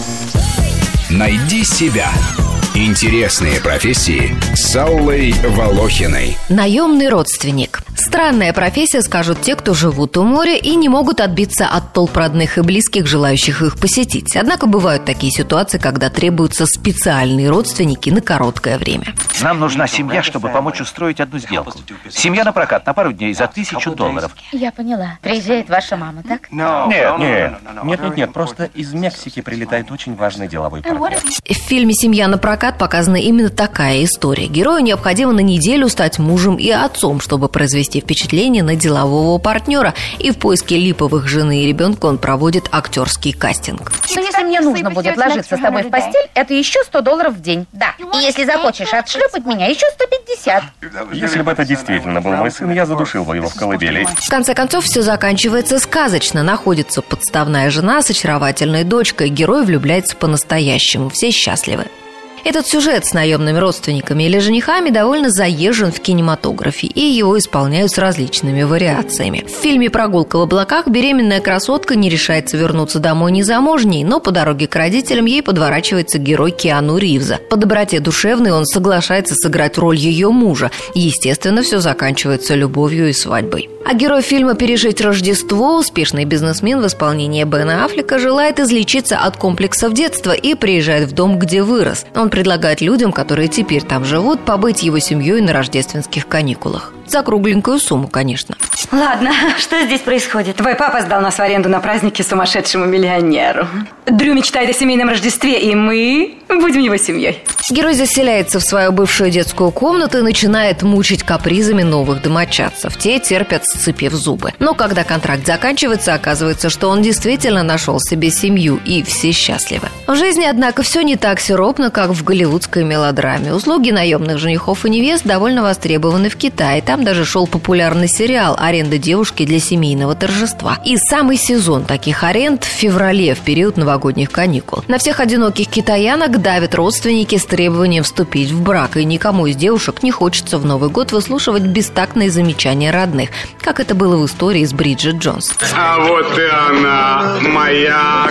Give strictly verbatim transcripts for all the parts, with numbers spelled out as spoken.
Найди себя. Интересные профессии с Аллой Волохиной. Наемный родственник. Странная профессия, скажут те, кто живут у моря и не могут отбиться от толп родных и близких, желающих их посетить. Однако бывают такие ситуации, когда требуются специальные родственники на короткое время. Нам нужна семья, чтобы помочь устроить одну сделку. Семья на прокат на пару дней за тысячу долларов. Я поняла. Приезжает ваша мама, так? Нет, нет. Нет, нет, нет, просто из Мексики прилетает очень важный деловой партнер. В фильме «Семья на прокат» показана именно такая история. Герою необходимо на неделю стать мужем и отцом, чтобы произвести впечатление на делового партнера. И в поиске липовых жены и ребенка он проводит актерский кастинг. Но если мне нужно будет ложиться с тобой в постель, это еще сто долларов в день. Да. И если захочешь отшлепать меня, еще сто пятьдесят. Если бы это действительно был мой сын, я задушил бы его в колыбели. В конце концов, все заканчивается сказочно. Находится подставная жена с очаровательной дочкой. Герой влюбляется по-настоящему. Все счастливы. Этот сюжет с наемными родственниками или женихами довольно заезжен в кинематографе, и его исполняют с различными вариациями. В фильме «Прогулка в облаках» беременная красотка не решается вернуться домой незамужней, но по дороге к родителям ей подворачивается герой Киану Ривза. По доброте душевной он соглашается сыграть роль ее мужа. Естественно, все заканчивается любовью и свадьбой. А герой фильма «Пережить Рождество», успешный бизнесмен в исполнении Бена Аффлека, желает излечиться от комплексов детства и приезжает в дом, где вырос. Он предлагает людям, которые теперь там живут, побыть его семьей на рождественских каникулах. За кругленькую сумму, конечно. Ладно, что здесь происходит? Твой папа сдал нас в аренду на праздники сумасшедшему миллионеру. Дрю мечтает о семейном Рождестве, и мы будем его семьей. Герой заселяется в свою бывшую детскую комнату и начинает мучить капризами новых домочадцев. Те терпят, сцепив зубы. Но когда контракт заканчивается, оказывается, что он действительно нашел себе семью, и все счастливы. В жизни, однако, все не так сиропно, как в голливудской мелодраме. Услуги наемных женихов и невест довольно востребованы в Китае. Там даже шел популярный сериал «Аренда девушки для семейного торжества». И самый сезон таких аренд в феврале, в период новогодних каникул. На всех одиноких китаянок давят родственники с требованием вступить в брак, и никому из девушек не хочется в Новый год выслушивать бестактные замечания родных, как это было в истории с Бриджит Джонс. А вот и она, моя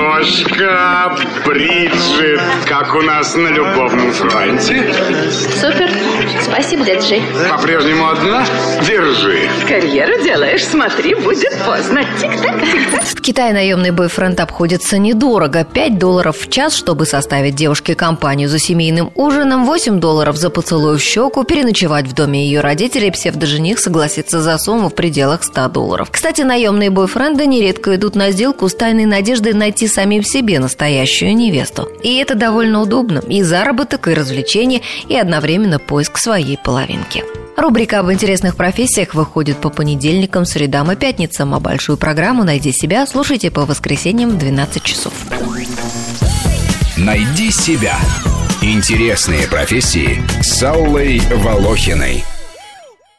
крошка Бриджит, как у нас на любовном фронте. Супер. Спасибо, дядя Джей. По-прежнему одна? Держи. Карьеру делаешь, смотри, будет поздно. Тик-так, тик-так. В Китае наемный бойфренд обходится недорого. пять долларов в час, чтобы составить девушке компанию за семейным ужином, восемь долларов за поцелуй в щеку, переночевать в доме ее родителей. Псевдожених согласится за сумму в пределах ста долларов. Кстати, наемные бойфренды нередко идут на сделку с тайной надеждой найти самим себе настоящую невесту. И это довольно удобно. И заработок, и развлечение, и одновременно поиск своей половинки. Рубрика об интересных профессиях выходит по понедельникам, средам и пятницам, а большую программу «Найди себя» слушайте по воскресеньям в двенадцать часов. Найди себя. Интересные профессии с Аллой Волохиной.